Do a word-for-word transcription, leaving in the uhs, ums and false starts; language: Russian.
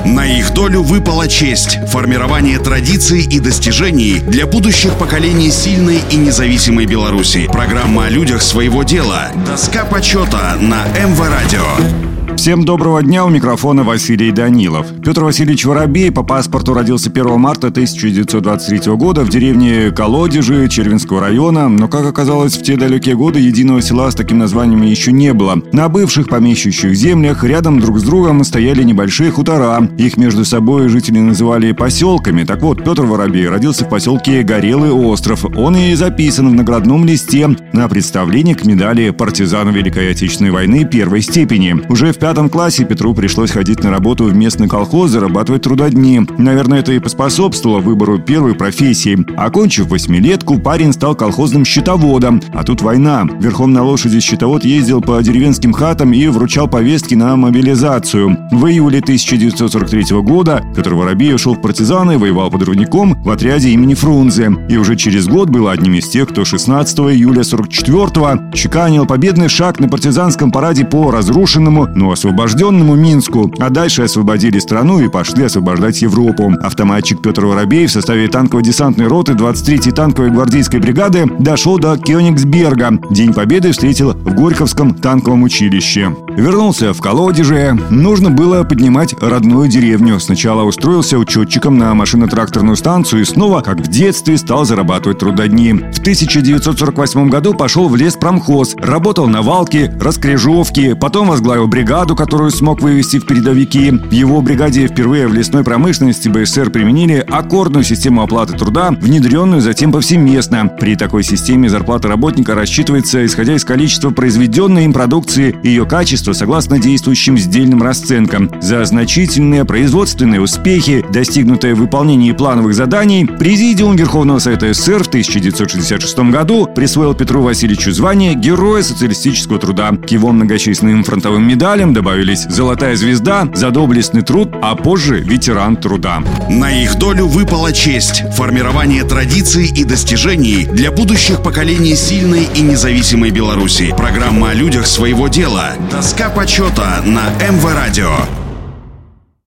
На их долю выпала честь – формирование традиций и достижений для будущих поколений сильной и независимой Беларуси. Программа о людях своего дела. Доска почета на эм вэ радио. Всем доброго дня, у микрофона Василий Данилов. Петр Васильевич Воробей по паспорту родился первого марта тысяча девятьсот двадцать третьего года в деревне Колодежи Червинского района, но, как оказалось, в те далекие годы единого села с таким названием еще не было. На бывших помещичьих землях рядом друг с другом стояли небольшие хутора. Их между собой жители называли поселками. Так вот, Петр Воробей родился в поселке Горелый остров. Он и записан в наградном листе на представление к медали партизана Великой Отечественной войны первой степени. Уже в В пятом классе Петру пришлось ходить на работу в местный колхоз, зарабатывать трудодни. Наверное, это и поспособствовало выбору первой профессии. Окончив восьмилетку, парень стал колхозным счетоводом. А тут война. Верхом на лошади счетовод ездил по деревенским хатам и вручал повестки на мобилизацию. В июле тысяча девятьсот сорок третьего года Петр Воробей ушел в партизаны, воевал подрывником в отряде имени Фрунзе. И уже через год был одним из тех, кто шестнадцатого июля сорок четвёртого чеканил победный шаг на партизанском параде по разрушенному, но освобожденному Минску. А дальше освободили страну и пошли освобождать Европу. Автоматчик Петр Воробей в составе танково-десантной роты двадцать третьей танковой гвардейской бригады дошел до Кёнигсберга. День Победы встретил в Горьковском танковом училище. Вернулся в Колодежи. Нужно было поднимать родную деревню. Сначала устроился учетчиком на машино-тракторную станцию и снова, как в детстве, стал зарабатывать трудодни. В тысяча девятьсот сорок восьмом году пошел в леспромхоз. Работал на валке, раскрежовке, потом возглавил бригаду, которую смог вывести в передовики. В его бригаде впервые в лесной промышленности бэ эс эс эр применили аккордную систему оплаты труда, внедренную затем повсеместно. При такой системе зарплата работника рассчитывается, исходя из количества произведенной им продукции и ее качества, согласно действующим сдельным расценкам. За значительные производственные успехи, достигнутые в выполнении плановых заданий, Президиум Верховного Совета эс эс эс эр в тысяча девятьсот шестьдесят шестом году присвоил Петру Васильевичу звание Героя социалистического труда. К его многочисленным фронтовым медалям добавились «Золотая звезда» за доблестный труд, а позже «Ветеран труда». На их долю выпала честь – формирование традиций и достижений для будущих поколений сильной и независимой Беларуси. Программа о людях своего дела. Доска почета на эм вэ радио.